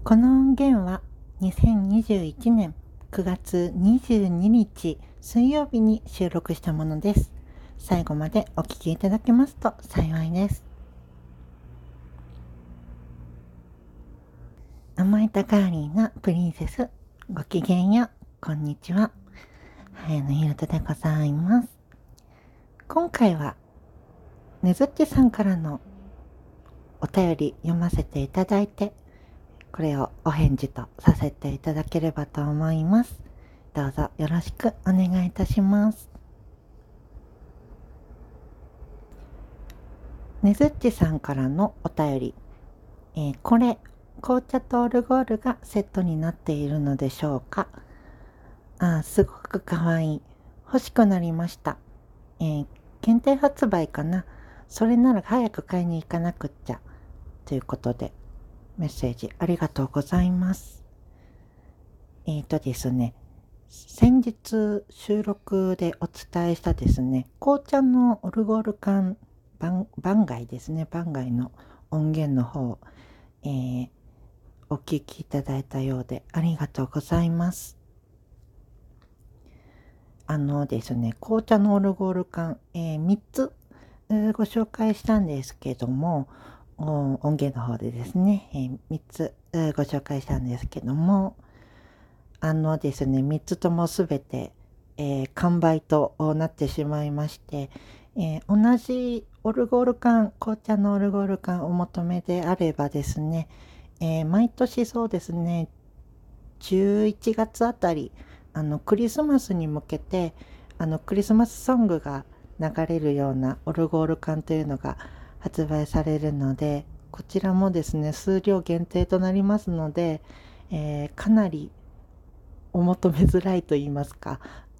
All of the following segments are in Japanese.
この音源は2021年9月22日水曜日に収録したものです。最後までお聞きいただけますと幸いです。甘えたガーリーなプリンセス、ごきげんよう、こんにちは。早野ひろとでございます。今回はねずっちさんからのお便り読ませていただいて、これをお返事とさせていただければと思います。どうぞよろしくお願いいたします。ねずっちさんからのお便り、これ紅茶とオルゴールがセットになっているのでしょうか。すごくかわいい。欲しくなりました。限定発売かな。それなら早く買いに行かなくっちゃ。ということで、メッセージありがとうございます。ですね、先日収録でお伝えしたですね、紅茶のオルゴール缶番外ですね、番外の音源の方、お聞きいただいたようでありがとうございます。ですね、紅茶のオルゴール缶、3つご紹介したんですけども、音源の方でですね、3つご紹介したんですけども、ですね、3つともすべて、完売となってしまいまして、同じオルゴール缶、紅茶のオルゴール缶お求めであればですね、毎年そうですね、11月あたり、クリスマスに向けて、クリスマスソングが流れるようなオルゴール缶というのが発売されるので、こちらもですね、数量限定となりますので、かなりお求めづらいと言いますか、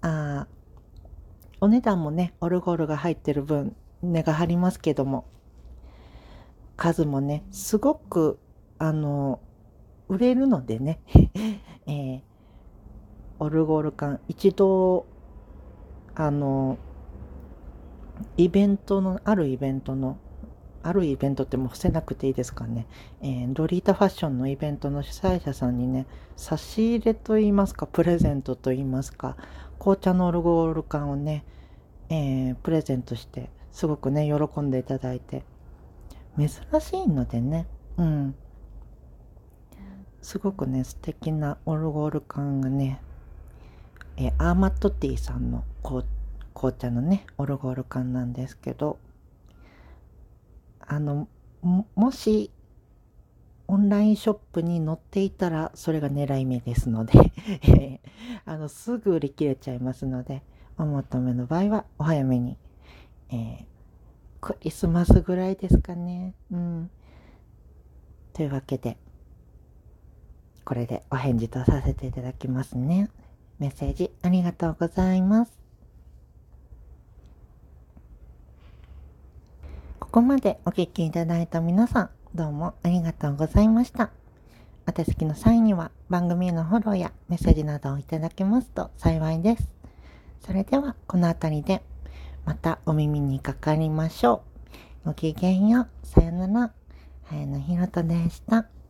お値段もね、オルゴールが入ってる分値が張りますけども、数もね、すごく売れるのでね、オルゴール缶一度イベントのあるイベントっても伏せなくていいですかね、ロリータファッションのイベントの主催者さんにね、差し入れといいますか、プレゼントといいますか、紅茶のオルゴール缶をね、プレゼントして、すごくね、喜んでいただいて、珍しいのでね、すごくね、素敵なオルゴール缶がね、アーマットティーさんの紅茶のね、オルゴール缶なんですけど、もしオンラインショップに載っていたらそれが狙い目ですのですぐ売り切れちゃいますので、お求めの場合はお早めに、クリスマスぐらいですかね。というわけで、これでお返事とさせていただきますね。メッセージありがとうございます。ここまでお聞きいただいた皆さん、どうもありがとうございました。お手すきの際には番組へのフォローやメッセージなどをいただけますと幸いです。それではこの辺りでまたお耳にかかりましょう。ごきげんよう。さよなら。早野ひろとでした。